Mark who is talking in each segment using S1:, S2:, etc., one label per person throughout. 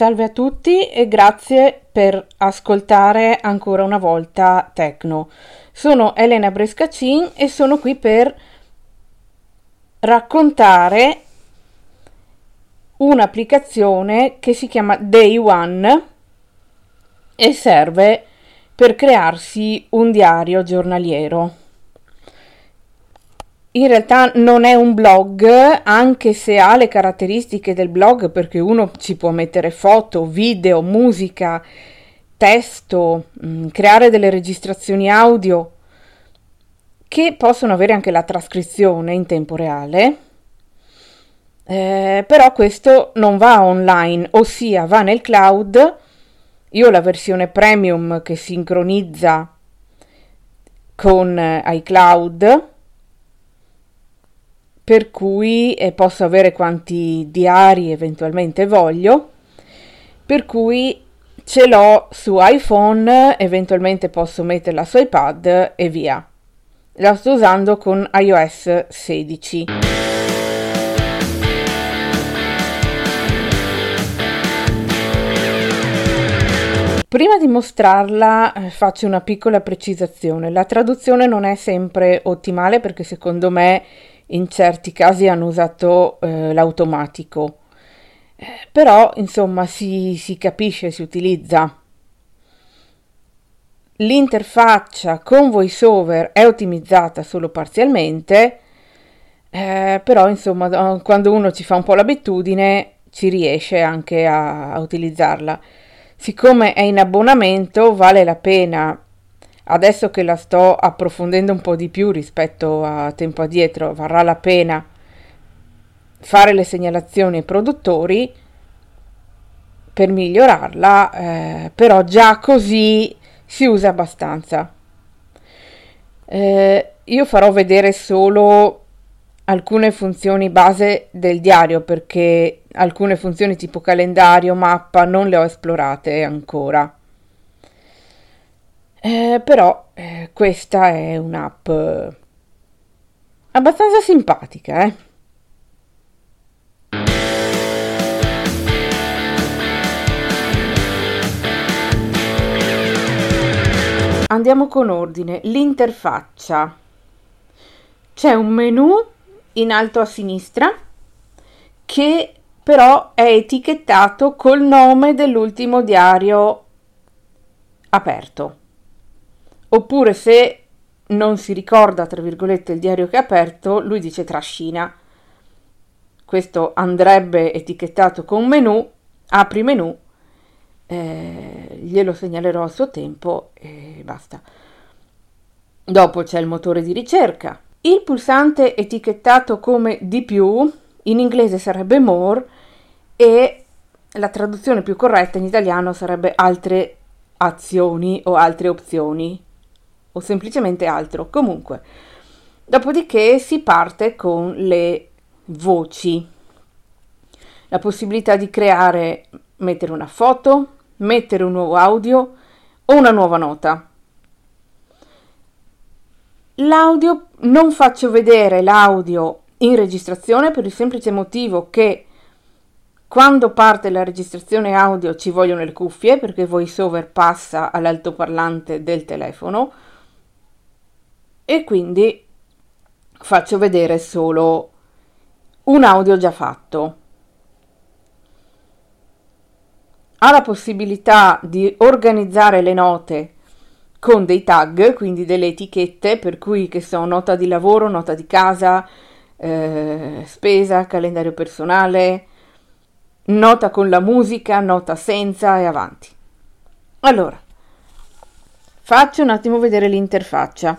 S1: salve a tutti e grazie per ascoltare ancora una volta Tecno. Sono Elena Brescacin e sono qui per raccontare un'applicazione che si chiama Day One e serve per crearsi un diario giornaliero. In realtà non è un blog, anche se ha le caratteristiche del blog, perché uno ci può mettere foto, video, musica, testo, creare delle registrazioni audio che possono avere anche la trascrizione in tempo reale, però questo non va online, ossia va nel cloud. Io ho la versione premium che sincronizza con iCloud, per cui posso avere quanti diari eventualmente voglio, per cui ce l'ho su iPhone, eventualmente posso metterla su iPad e via. La sto usando con iOS 16. Prima di mostrarla faccio una piccola precisazione. La traduzione non è sempre ottimale perché secondo me in certi casi hanno usato l'automatico, però insomma si capisce, si utilizza. L'interfaccia con VoiceOver è ottimizzata solo parzialmente, però insomma quando uno ci fa un po' l'abitudine ci riesce anche a utilizzarla. Siccome è in abbonamento vale la pena. Adesso che la sto approfondendo un po' di più rispetto a tempo addietro, varrà la pena fare le segnalazioni ai produttori per migliorarla, però già così si usa abbastanza. Io farò vedere solo alcune funzioni base del diario, perché alcune funzioni tipo calendario, mappa non le ho esplorate ancora. Però questa è un'app abbastanza simpatica, Andiamo con ordine. L'interfaccia. C'è un menu in alto a sinistra che però è etichettato col nome dell'ultimo diario aperto. Oppure se non si ricorda, tra virgolette, il diario che ha aperto, lui dice trascina. Questo andrebbe etichettato con menu, apri menu, glielo segnalerò a suo tempo e basta. Dopo c'è il motore di ricerca. Il pulsante etichettato come di più, in inglese sarebbe more, e la traduzione più corretta in italiano sarebbe altre azioni o altre opzioni, o semplicemente altro. Comunque, dopodiché si parte con le voci, la possibilità di creare, mettere una foto, mettere un nuovo audio o una nuova nota. L'audio, non faccio vedere l'audio in registrazione per il semplice motivo che quando parte la registrazione audio ci vogliono le cuffie, perché VoiceOver passa all'altoparlante del telefono, e quindi faccio vedere solo un audio già fatto. Ha la possibilità di organizzare le note con dei tag, quindi delle etichette, per cui che sono nota di lavoro, nota di casa, spesa, calendario personale, nota con la musica, nota senza e avanti. Allora, faccio un attimo vedere l'interfaccia.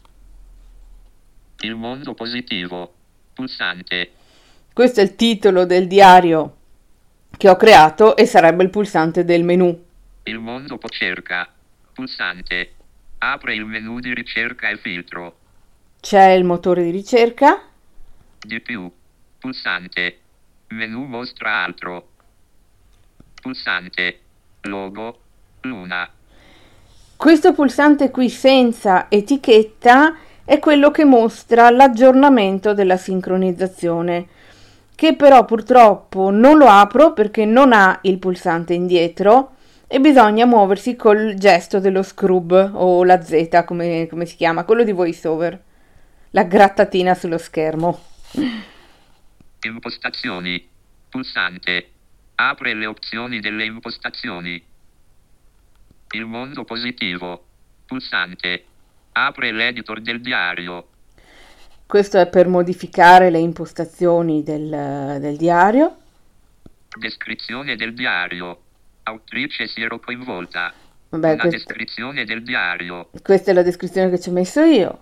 S2: Il mondo positivo, pulsante.
S1: Questo è il titolo del diario che ho creato e sarebbe il pulsante del menu.
S2: Il mondo cerca, pulsante. Apre il menu di ricerca e filtro.
S1: C'è il motore di ricerca.
S2: Di più, pulsante. Menu mostra altro. Pulsante. Logo, luna.
S1: Questo pulsante qui senza etichetta è quello che mostra l'aggiornamento della sincronizzazione. che però purtroppo non lo apro perché non ha il pulsante indietro e bisogna muoversi col gesto dello scrub o la Z, come si chiama, quello di VoiceOver, la grattatina sullo schermo.
S2: Impostazioni. Pulsante. Apre le opzioni delle impostazioni. Il mondo positivo. Pulsante. Apre l'editor del diario.
S1: Questo è per modificare le impostazioni del diario.
S2: Descrizione del diario. Autrice si ero coinvolta.
S1: Vabbè,
S2: Una descrizione del diario.
S1: questa è la descrizione che ci ho messo io.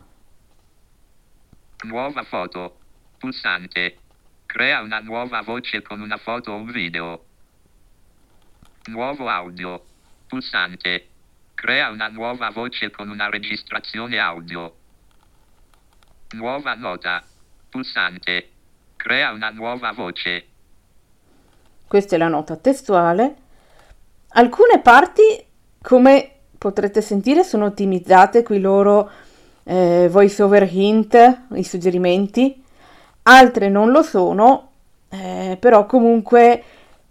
S2: Nuova foto. Pulsante. Crea una nuova voce con una foto o un video. Nuovo audio. Pulsante. Crea una nuova voce con una registrazione audio. Nuova nota. Pulsante. Crea una nuova voce.
S1: Questa è la nota testuale. Alcune parti, come potrete sentire, sono ottimizzate, qui loro voice over hint, i suggerimenti, altre non lo sono, però comunque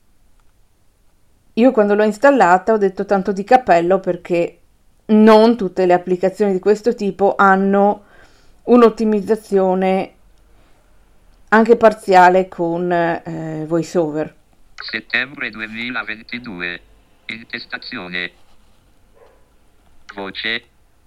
S1: io quando l'ho installata ho detto tanto di cappello perché non tutte le applicazioni di questo tipo hanno un'ottimizzazione anche parziale con VoiceOver.
S2: Settembre 2022. Intestazione. Voce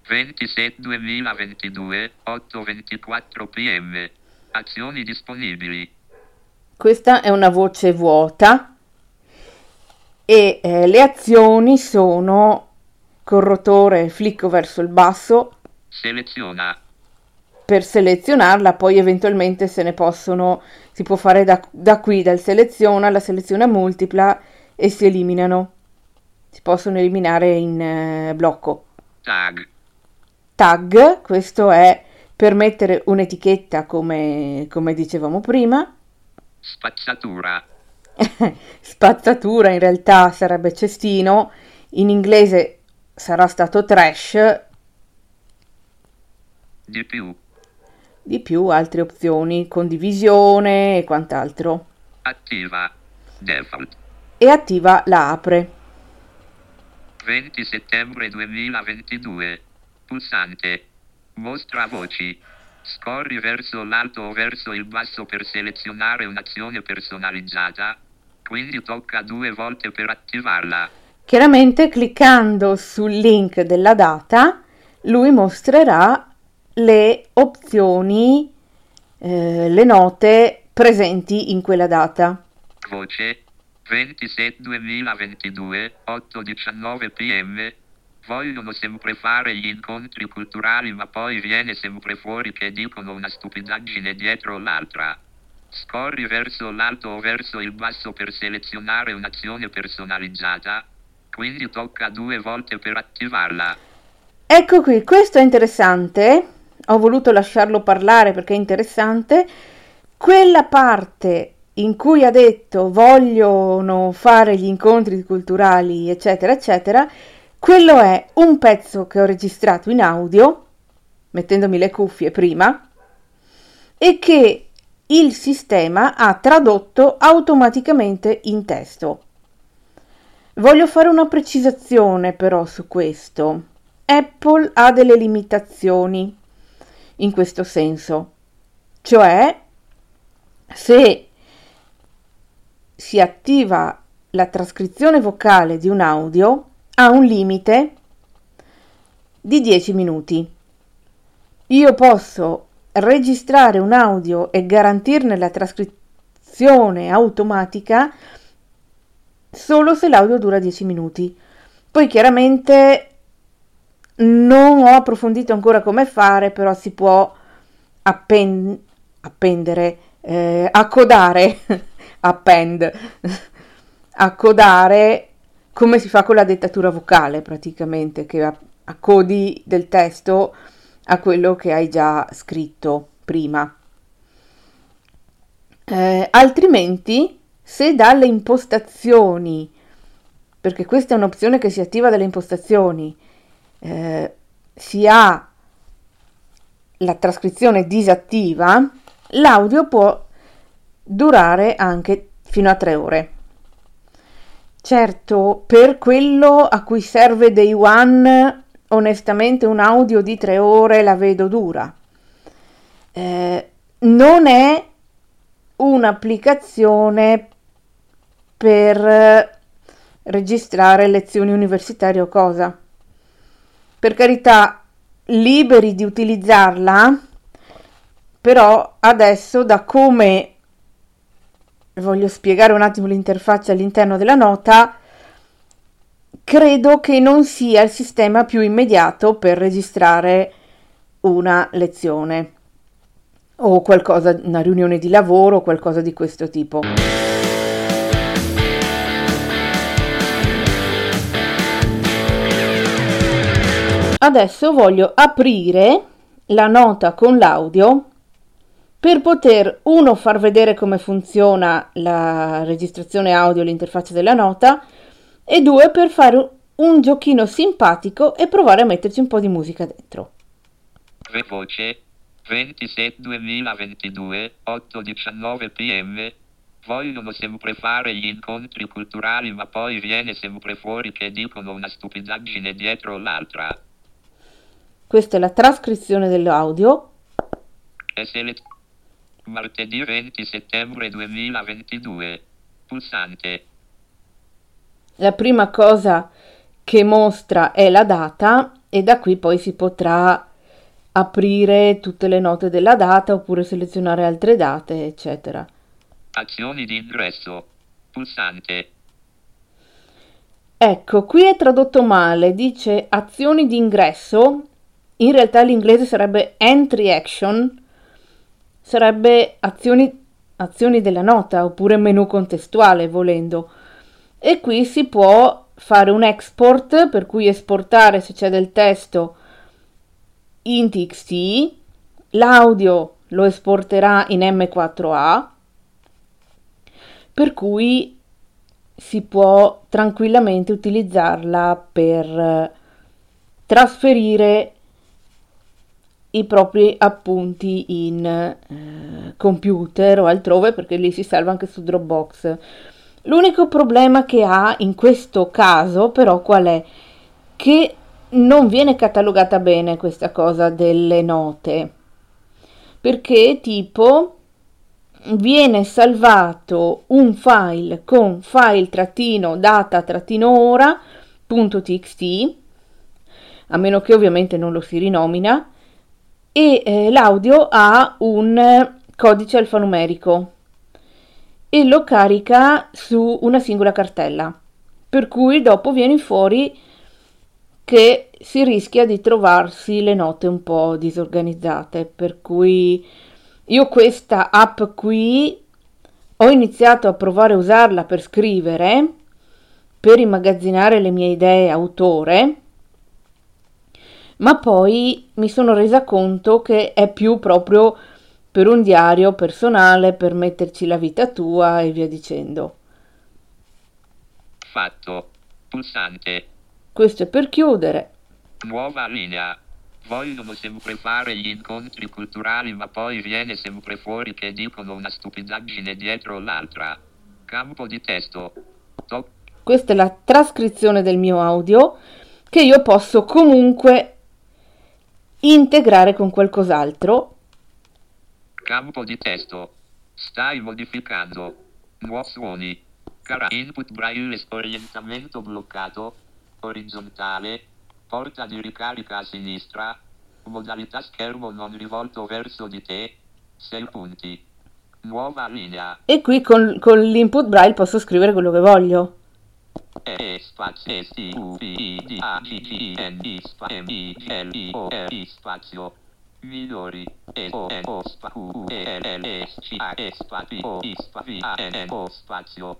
S2: 27/2022 8:24 pm. Azioni disponibili.
S1: Questa è una voce vuota e le azioni sono col rotore flicco verso il basso
S2: Seleziona.
S1: per selezionarla, poi eventualmente si può fare da qui, dal seleziona alla selezione multipla e si eliminano. Si possono eliminare in blocco. Tag, questo è per mettere un'etichetta come dicevamo prima.
S2: Spazzatura.
S1: Spazzatura in realtà sarebbe cestino, in inglese sarà stato trash.
S2: Di
S1: più altre opzioni, condivisione e quant'altro.
S2: Attiva. Default.
S1: E attiva la apre.
S2: 20 settembre 2022. Pulsante. Mostra voci. Scorri verso l'alto o verso il basso per selezionare un'azione personalizzata, quindi tocca 2 volte per attivarla.
S1: Chiaramente cliccando sul link della data, lui mostrerà le opzioni, le note presenti in quella data.
S2: Voce 27/2022 8:19 pm. Vogliono sempre fare gli incontri culturali, ma poi viene sempre fuori che dicono una stupidaggine dietro l'altra. Scorri verso l'alto o verso il basso per selezionare un'azione personalizzata, quindi tocca 2 volte per attivarla.
S1: Ecco qui, questo è interessante. Ho voluto lasciarlo parlare perché è interessante. Quella parte in cui ha detto vogliono fare gli incontri culturali, eccetera, eccetera, quello è un pezzo che ho registrato in audio, mettendomi le cuffie prima, e che il sistema ha tradotto automaticamente in testo. Voglio fare una precisazione però su questo. Apple ha delle limitazioni in questo senso, cioè se si attiva la trascrizione vocale di un audio ha un limite di 10 minuti. Io posso registrare un audio e garantirne la trascrizione automatica solo se l'audio dura 10 minuti. Poi chiaramente non ho approfondito ancora come fare, però si può accodare come si fa con la dettatura vocale, praticamente, che accodi del testo a quello che hai già scritto prima. Altrimenti, se dalle impostazioni, perché questa è un'opzione che si attiva dalle impostazioni, si ha la trascrizione disattiva, l'audio può durare anche fino a 3 ore. Certo, per quello a cui serve Day One, onestamente un audio di 3 ore la vedo dura. Non è un'applicazione per registrare lezioni universitarie o cosa. Per carità, liberi di utilizzarla, però adesso, da come voglio spiegare un attimo l'interfaccia all'interno della nota, credo che non sia il sistema più immediato per registrare una lezione o qualcosa, una riunione di lavoro o qualcosa di questo tipo. Adesso voglio aprire la nota con l'audio per poter, uno, far vedere come funziona la registrazione audio, l'interfaccia della nota, e due, per fare un giochino simpatico e provare a metterci un po' di musica dentro.
S2: Voce 27-2022, 8:19 pm. Vogliono sempre fare gli incontri culturali, ma poi viene sempre fuori che dicono una stupidaggine dietro l'altra.
S1: Questa è la trascrizione dell'audio.
S2: Martedì 20 settembre 2022. Pulsante.
S1: La prima cosa che mostra è la data e da qui poi si potrà aprire tutte le note della data oppure selezionare altre date, eccetera.
S2: Azioni di ingresso. Pulsante.
S1: Ecco, qui è tradotto male, dice azioni di ingresso, in realtà l'inglese sarebbe entry action, sarebbe azioni della nota oppure menu contestuale volendo. E qui si può fare un export, per cui esportare se c'è del testo in TXT, l'audio lo esporterà in M4A, per cui si può tranquillamente utilizzarla per trasferire i propri appunti in computer o altrove, perché lì si salva anche su Dropbox. L'unico problema che ha in questo caso però qual è? Che non viene catalogata bene questa cosa delle note, perché tipo viene salvato un file con file-data-ora.txt, a meno che ovviamente non lo si rinomina, e l'audio ha un codice alfanumerico e lo carica su una singola cartella, per cui dopo viene fuori che si rischia di trovarsi le note un po' disorganizzate, per cui io questa app qui ho iniziato a provare a usarla per scrivere, per immagazzinare le mie idee autore, ma poi mi sono resa conto che è più proprio per un diario personale, per metterci la vita tua e via dicendo.
S2: Fatto. Pulsante.
S1: Questo è per chiudere.
S2: Nuova linea. Vogliono sempre fare gli incontri culturali, ma poi viene sempre fuori che dicono una stupidaggine dietro l'altra. Campo di testo.
S1: Questa è la trascrizione del mio audio che io posso comunque integrare con qualcos'altro.
S2: Campo di testo. Stai modificando. Nuovi suoni. Input braille, orientamento bloccato. Orizzontale. Porta di ricarica a sinistra. Modalità schermo non rivolto verso di te. 6 punti. Nuova linea.
S1: E qui con l'input braille posso scrivere quello che voglio.
S2: Spazio spazio minori spazio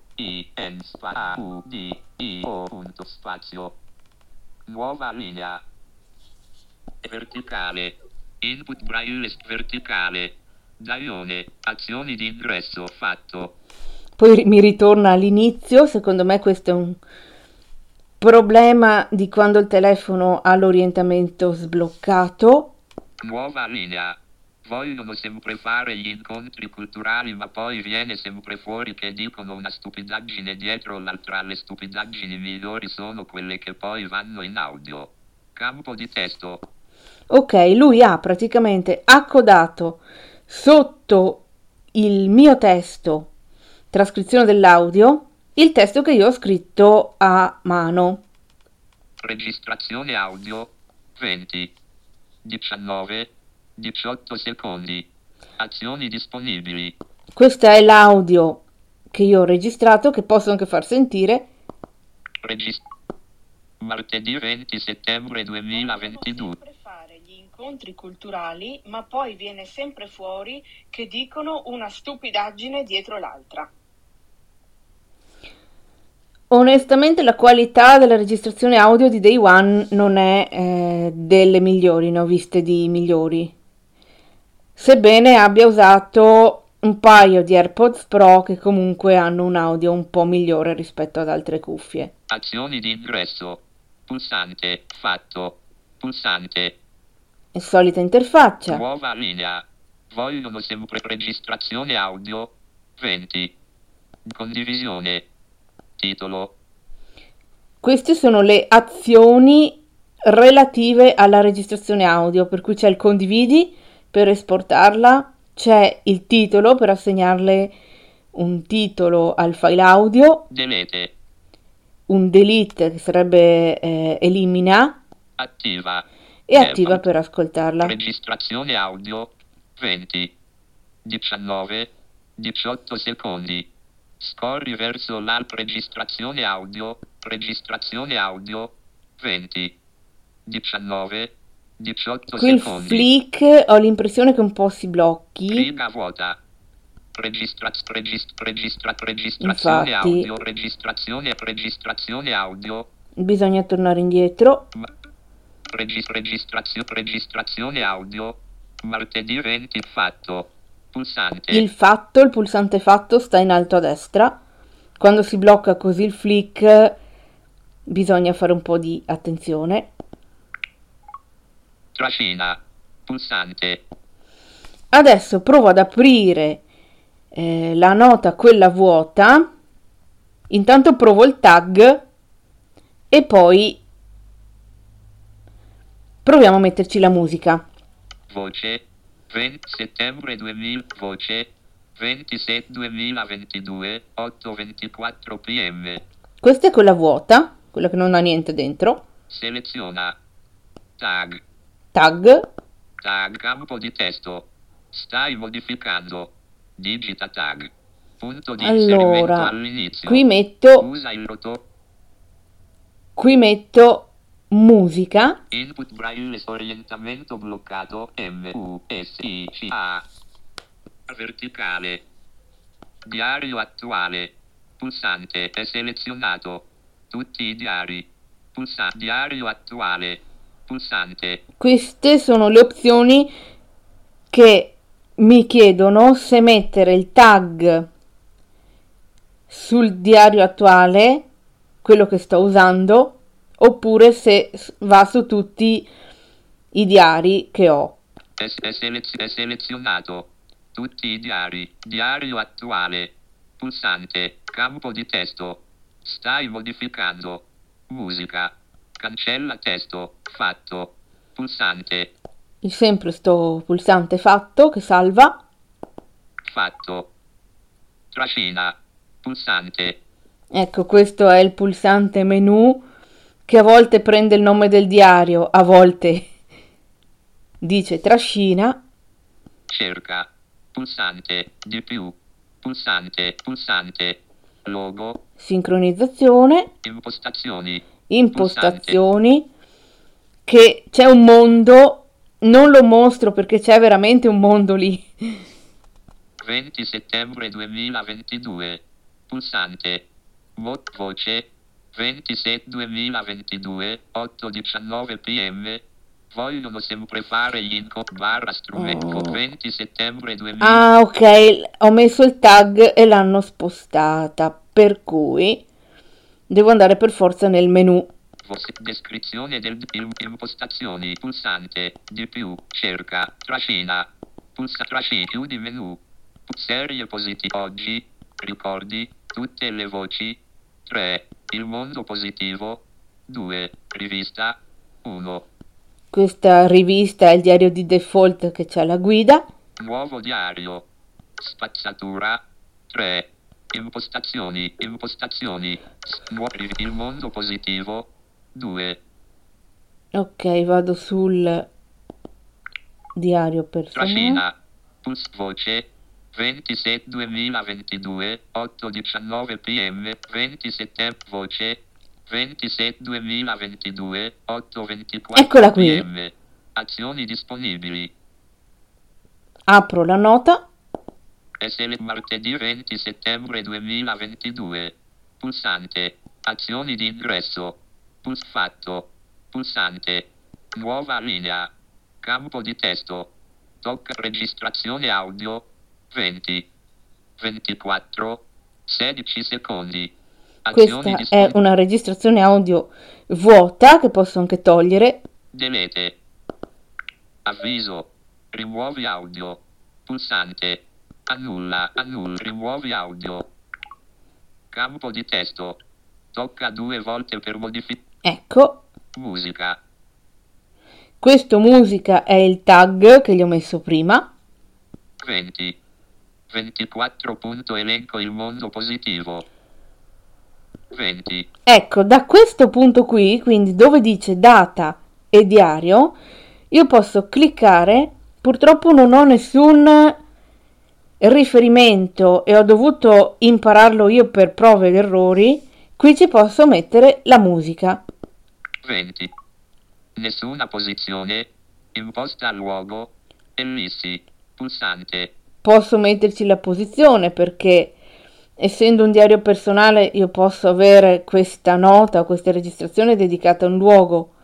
S2: spazio nuova linea verticale input braille verticale Daglione azioni di ingresso fatto.
S1: Poi mi ritorna all'inizio. Secondo me questo è un problema di quando il telefono ha l'orientamento sbloccato.
S2: Nuova linea. Vogliono sempre fare gli incontri culturali, ma poi viene sempre fuori che dicono una stupidaggine dietro l'altra. Le stupidaggini migliori sono quelle che poi vanno in audio. Campo di testo.
S1: Ok, lui ha praticamente accodato sotto il mio testo, trascrizione dell'audio, il testo che io ho scritto a mano.
S2: Registrazione audio 20 19 18 secondi. Azioni disponibili.
S1: Questo è l'audio che io ho registrato, che posso anche far sentire.
S2: Martedì 20 settembre 2022.
S1: Sempre fare gli incontri culturali, ma poi viene sempre fuori che dicono una stupidaggine dietro l'altra. Onestamente la qualità della registrazione audio di Day One non è delle migliori, ne ho viste di migliori. Sebbene abbia usato un paio di AirPods Pro che comunque hanno un audio un po' migliore rispetto ad altre cuffie.
S2: Azioni di ingresso. Pulsante. Fatto. Pulsante.
S1: È solita interfaccia.
S2: Nuova linea. Vogliono sempre registrazione audio 20. Condivisione. Titolo.
S1: Queste sono le azioni relative alla registrazione audio, per cui c'è il condividi per esportarla, c'è il titolo per assegnarle un titolo al file audio,
S2: Delete.
S1: un delete che sarebbe elimina,
S2: Attiva.
S1: e attiva per ascoltarla.
S2: Registrazione audio 20 19 18 secondi. Scorri verso l'alt. Registrazione audio 20 19 18
S1: Qui il
S2: secondi.
S1: flick ho l'impressione che un po' si blocchi.
S2: Riga vuota. Registrazione
S1: Infatti.
S2: audio. Registrazione audio.
S1: Bisogna tornare indietro.
S2: Registrazione audio. Martedì 20 fatto. Pulsante.
S1: Il pulsante fatto sta in alto a destra. Quando si blocca così il flick bisogna fare un po' di attenzione.
S2: Trascina. Pulsante.
S1: Adesso provo ad aprire la nota, quella vuota. Intanto provo il tag e poi proviamo a metterci la musica.
S2: Voce 20 settembre 2000. Voce 27 2022 8:24 pm.
S1: Questa è quella vuota, quella che non ha niente dentro.
S2: Seleziona. Tag.
S1: Tag.
S2: Tag campo di testo. Stai modificando. Digita tag. Punto di inserimento
S1: Allora,
S2: all'inizio.
S1: qui metto
S2: Usa il roto.
S1: musica.
S2: Input braille orientamento bloccato MUSICA. Verticale. Diario attuale. Pulsante è selezionato. Tutti i diari. Pulsante. Diario attuale. Pulsante.
S1: Queste sono le opzioni che mi chiedono se mettere il tag sul diario attuale, quello che sto usando, oppure se va su tutti i diari che ho.
S2: È selezionato. Tutti i diari. Diario attuale. Pulsante. Campo di testo. Stai modificando. Musica. Cancella testo. Fatto. Pulsante.
S1: Sempre sto pulsante fatto che salva.
S2: Fatto. Trascina. Pulsante.
S1: Ecco, questo è il pulsante menu che a volte prende il nome del diario, a volte dice trascina.
S2: Cerca. Pulsante. Di più. Pulsante. Logo.
S1: Sincronizzazione.
S2: Impostazioni.
S1: Che c'è un mondo, non lo mostro perché c'è veramente un mondo lì.
S2: 20 settembre 2022. Pulsante. Voce. 27 2022 8:19 pm. Vogliono sempre fare gli incontri strumento 20 settembre 2000.
S1: Ah, ok, ho messo il tag e l'hanno spostata, per cui devo andare per forza nel menu.
S2: Descrizione del impostazioni. Pulsante. Di più. Cerca. Trascina. Trascina, chiudi menu. Serie positiva. Oggi. Ricordi. Tutte le voci. 3. Il mondo positivo. 2. Rivista. 1.
S1: Questa rivista è il diario di default che c'ha la guida.
S2: Nuovo diario. Spazzatura. 3. Impostazioni. Il mondo positivo. 2.
S1: Ok, vado sul diario personale.
S2: Trascina. Voce. 27 2022 8:19 pm 20 settembre. Voce 27 2022 8:24
S1: Eccola qui.
S2: pm. Azioni disponibili.
S1: Apro la nota.
S2: Martedì 20 settembre 2022. Pulsante. Azioni di ingresso. Fatto. Pulsante. Nuova linea. Campo di testo. Tocca registrazione audio. 20. 24. 16 secondi. Azioni
S1: Questa è una registrazione audio vuota che posso anche togliere.
S2: Delete. Avviso. Rimuovi audio. Pulsante. Annulla. Rimuovi audio. Campo di testo. Tocca 2 volte per modificare.
S1: Ecco.
S2: Musica.
S1: Questo musica è il tag che gli ho messo prima.
S2: 20. 24. Elenco il mondo positivo. 20.
S1: Ecco, da questo punto qui, quindi dove dice data e diario, io posso cliccare. Purtroppo non ho nessun riferimento e ho dovuto impararlo io per prove ed errori. Qui ci posso mettere la musica.
S2: 20. Nessuna posizione. Imposta luogo. Ellissi. Pulsante.
S1: Posso metterci la posizione perché essendo un diario personale io posso avere questa nota, questa registrazione dedicata a un luogo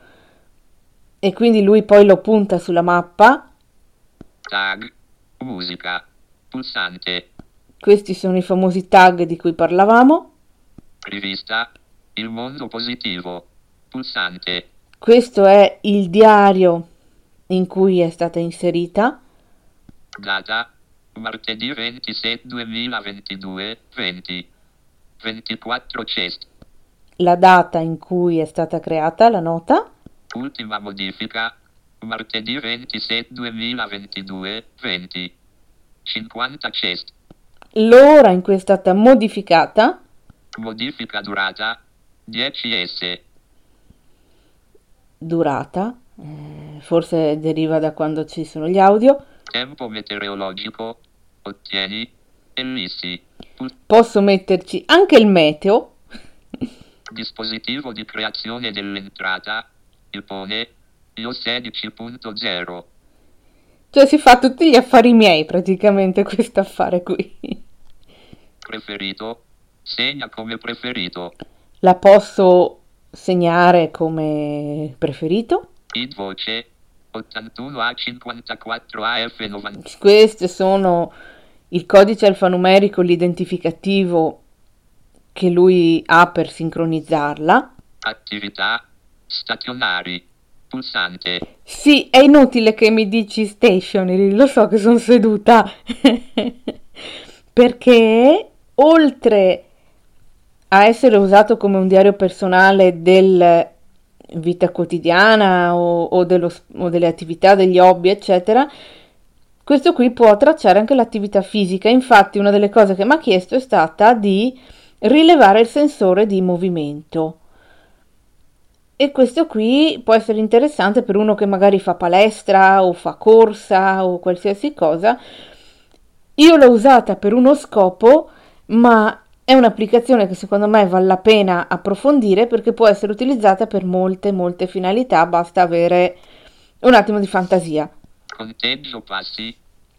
S1: e quindi lui poi lo punta sulla mappa.
S2: Tag. Musica. Pulsante.
S1: Questi sono i famosi tag di cui parlavamo.
S2: Rivista. Il mondo positivo. Pulsante.
S1: Questo è il diario in cui è stata inserita.
S2: Data. Martedì 27 2022 20. 24 chest.
S1: La data in cui è stata creata la nota.
S2: Ultima modifica. Martedì 27 2022 20. 50 chest.
S1: L'ora in cui è stata modificata.
S2: Modifica durata. 10s.
S1: Durata. Forse deriva da quando ci sono gli audio.
S2: Tempo meteorologico. Ottieni. Ellissi.
S1: Posso metterci anche il meteo.
S2: Dispositivo di creazione dell'entrata. Ipone. Io 16.0.
S1: Cioè si fa tutti gli affari miei praticamente questo affare qui.
S2: Preferito. Segna come preferito.
S1: La posso segnare come preferito.
S2: Id voce. 81A54AF90.
S1: Queste sono il codice alfanumerico, l'identificativo che lui ha per sincronizzarla.
S2: Attività. Stazionari. Pulsante.
S1: Sì, è inutile che mi dici stationary, lo so che sono seduta. Perché oltre a essere usato come un diario personale del vita quotidiana o delle attività, degli hobby, eccetera, questo qui può tracciare anche l'attività fisica. Infatti una delle cose che mi ha chiesto è stata di rilevare il sensore di movimento. E questo qui può essere interessante per uno che magari fa palestra o fa corsa o qualsiasi cosa. Io l'ho usata per uno scopo, ma è un'applicazione che secondo me vale la pena approfondire perché può essere utilizzata per molte finalità, basta avere un attimo di fantasia.
S2: Conteggio passi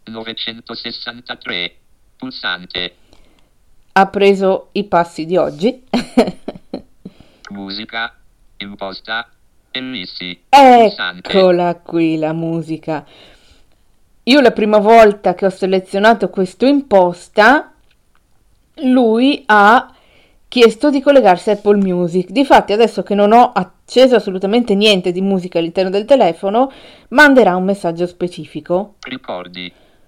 S2: 963. Pulsante.
S1: Ha preso i passi di oggi.
S2: Musica. Imposta. Ellissi.
S1: Eccola qui la musica. Io la prima volta che ho selezionato questo imposta, lui ha chiesto di collegarsi a Apple Music. Difatti adesso che non ho acceso assolutamente niente di musica all'interno del telefono, manderà un messaggio specifico.
S2: Ricordi.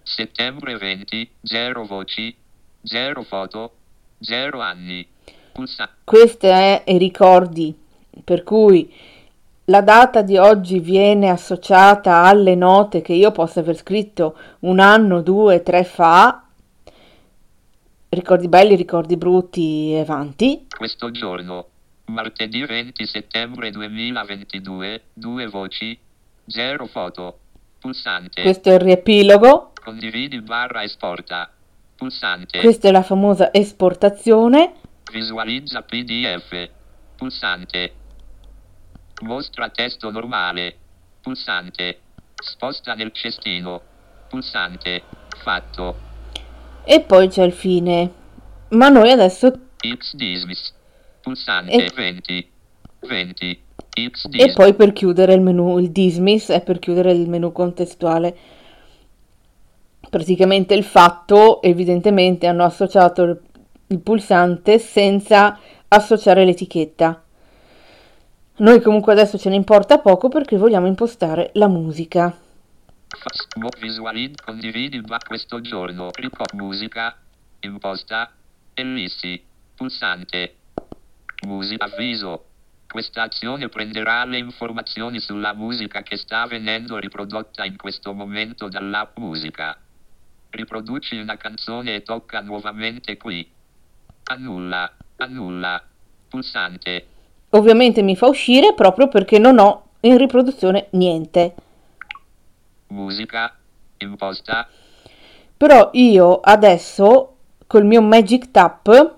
S2: Settembre 20, 0 voci, 0 foto, 0 anni. Pulsante.
S1: Questi è i ricordi, per cui la data di oggi viene associata alle note che io posso aver scritto un anno, due, tre fa, ricordi belli, ricordi brutti e avanti.
S2: Questo giorno, martedì 20 settembre 2022, 2 voci, 0 foto. Pulsante.
S1: Questo è il riepilogo,
S2: Condividi barra esporta. Pulsante.
S1: questa è la famosa esportazione.
S2: Visualizza PDF. Pulsante. Mostra testo normale. Pulsante. Sposta nel cestino. Pulsante. Fatto.
S1: E poi c'è il fine. Ma noi adesso...
S2: X dismiss. Pulsante.
S1: E-
S2: 20. 20. X
S1: E
S2: dismiss.
S1: poi per chiudere il menu, il dismiss è per chiudere il menu contestuale. Praticamente il fatto, evidentemente hanno associato il pulsante senza associare l'etichetta. Noi comunque adesso ce ne importa poco perché vogliamo impostare la musica.
S2: Visualizza. Condividi questo giorno. Musica. Imposta. Ellissi. Pulsante. Musica avviso. Questa azione prenderà le informazioni sulla musica che sta venendo riprodotta in questo momento dall'app musica. Riproduci una canzone e tocca nuovamente qui. Annulla. Annulla. Pulsante.
S1: Ovviamente mi fa uscire proprio perché non ho in riproduzione niente.
S2: Musica. Imposta.
S1: Però io adesso col mio Magic Tap,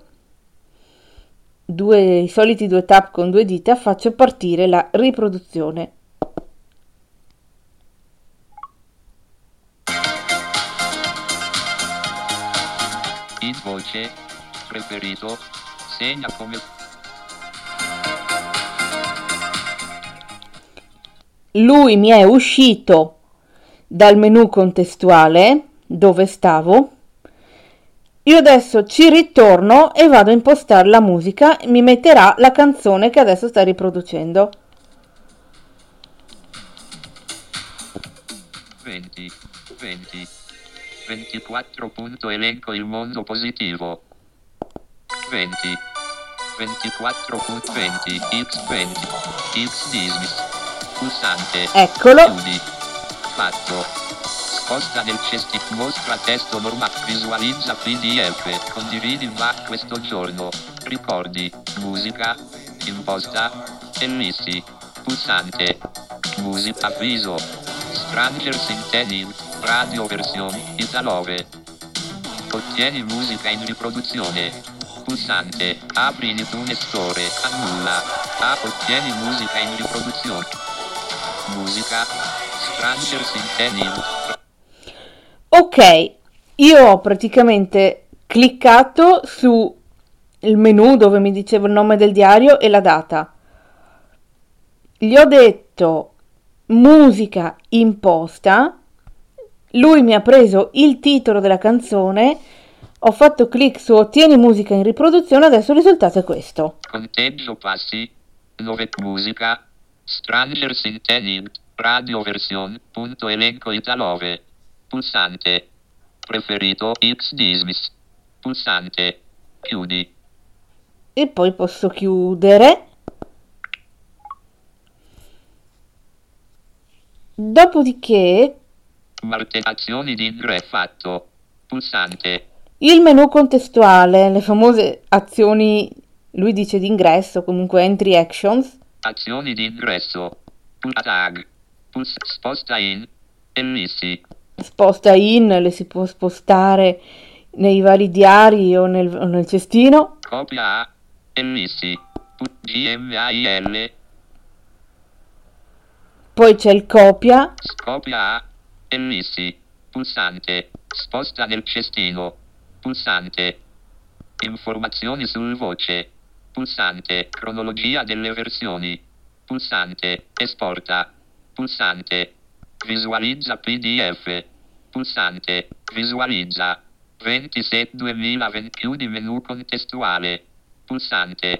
S1: i soliti due tap con due dita, faccio partire la riproduzione.
S2: In voce. Preferito. Segna come.
S1: Lui mi è uscito dal menu contestuale dove stavo. Io adesso ci ritorno e vado a impostare la musica e mi metterà la canzone che adesso sta riproducendo.
S2: 20. 20. 24. Elenco il mondo positivo. 20. 24.20. X20. X dismiss. Pulsante.
S1: Eccolo.
S2: Chiudi. Fatto. Sposta nel cestino. Mostra testo normale. Visualizza PDF. Condividi questo giorno. Ricordi. Musica. Imposta. Ellissi. Pulsante. Musica avviso. Strangers in Tenil. Radio versione. Italove. Ottieni musica in riproduzione. Pulsante. Apri in iTunes Store. Annulla. Ottieni musica in riproduzione. Musica. Strangers in Tenil.
S1: Ok, io ho praticamente cliccato su il menu dove mi diceva il nome del diario e la data. Gli ho detto musica imposta, lui mi ha preso il titolo della canzone, ho fatto clic su ottieni musica in riproduzione, adesso il risultato è questo.
S2: Conteggio passi. 9 musica. Strangers in Tenil. Radio versione. Punto elenco Italove. Pulsante. Preferito. X dismiss. Pulsante. Chiudi.
S1: E poi posso chiudere. Dopodiché
S2: Martellazioni di ingresso fatto. Pulsante.
S1: il menu contestuale, le famose azioni, lui dice di ingresso, comunque entry actions.
S2: Azioni di ingresso. Tag. Sposta in. Ellissi.
S1: Sposta in, le si può spostare nei vari diari o nel cestino.
S2: Copia A. Ellissi. GMAIL.
S1: Poi c'è il copia.
S2: Copia A. Ellissi. Pulsante. Sposta nel cestino. Pulsante. Informazioni sul voce. Pulsante. Cronologia delle versioni. Pulsante. Esporta. Pulsante. Visualizza PDF. Pulsante. Visualizza. 27 2020. Chiudi menu contestuale. Pulsante.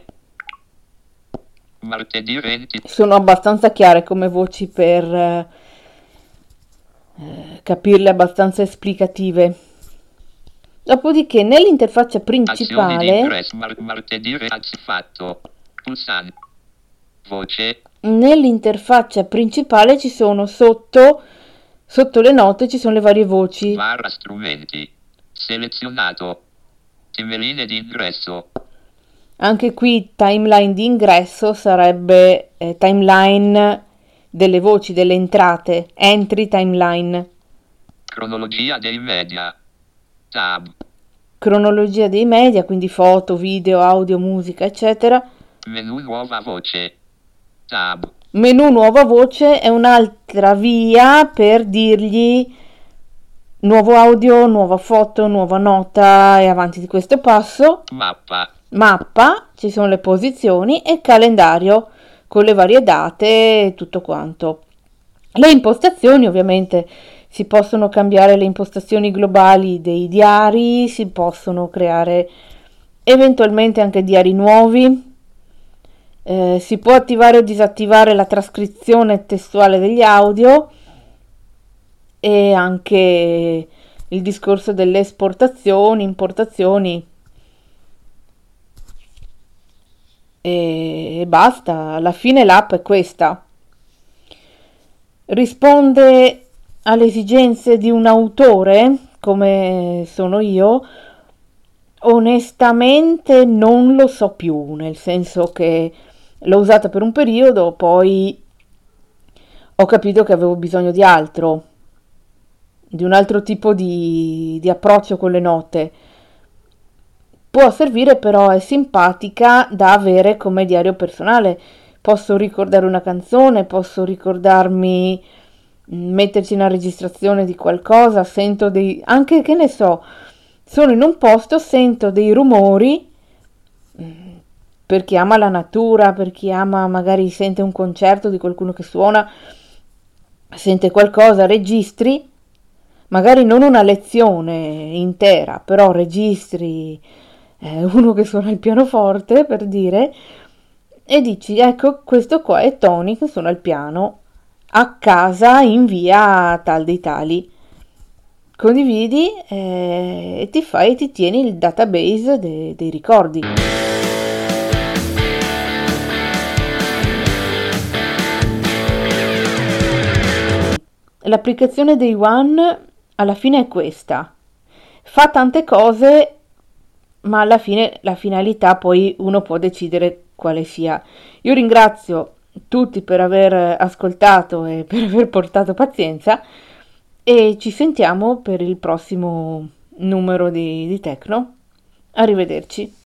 S2: Martedì 20.
S1: Sono abbastanza chiare come voci per capirle abbastanza esplicative. Dopodiché nell'interfaccia
S2: Azioni di
S1: principale,
S2: ingresso, martedì fatto. Pulsante. Voce.
S1: nell'interfaccia principale ci sono sotto le note ci sono le varie voci.
S2: Barra strumenti. Selezionato. Timeline di ingresso.
S1: Anche qui timeline di ingresso sarebbe timeline delle voci, delle entrate, entry timeline.
S2: Cronologia dei media. Tab.
S1: Cronologia dei media, quindi foto, video, audio, musica, eccetera.
S2: Menu nuova voce. Tab.
S1: Menu nuova voce è un'altra via per dirgli nuovo audio, nuova foto, nuova nota e avanti di questo passo. Mappa, ci sono le posizioni e calendario con le varie date e tutto quanto. Le impostazioni, ovviamente si possono cambiare le impostazioni globali dei diari, si possono creare eventualmente anche diari nuovi, si può attivare o disattivare la trascrizione testuale degli audio e anche il discorso delle esportazioni, importazioni e basta. Alla fine l'app è questa. Risponde alle esigenze di un autore, come sono io. Onestamente non lo so più, nel senso che l'ho usata per un periodo, poi ho capito che avevo bisogno di altro, di un altro tipo di approccio con le note. Può servire, però è simpatica da avere come diario personale. Posso ricordare una canzone, posso ricordarmi, metterci una registrazione di qualcosa, sento anche che ne so, sono in un posto, sento dei rumori, per chi ama la natura, per chi ama, magari sente un concerto di qualcuno che suona, sente qualcosa, registri, magari non una lezione intera, però registri uno che suona il pianoforte, per dire, e dici, ecco, questo qua è Tony che suona il piano a casa in via tal dei tali. Condividi e ti tieni il database dei ricordi. L'applicazione Day One alla fine è questa. Fa tante cose, ma alla fine la finalità poi uno può decidere quale sia. Io ringrazio tutti per aver ascoltato e per aver portato pazienza e ci sentiamo per il prossimo numero di Tecno. Arrivederci.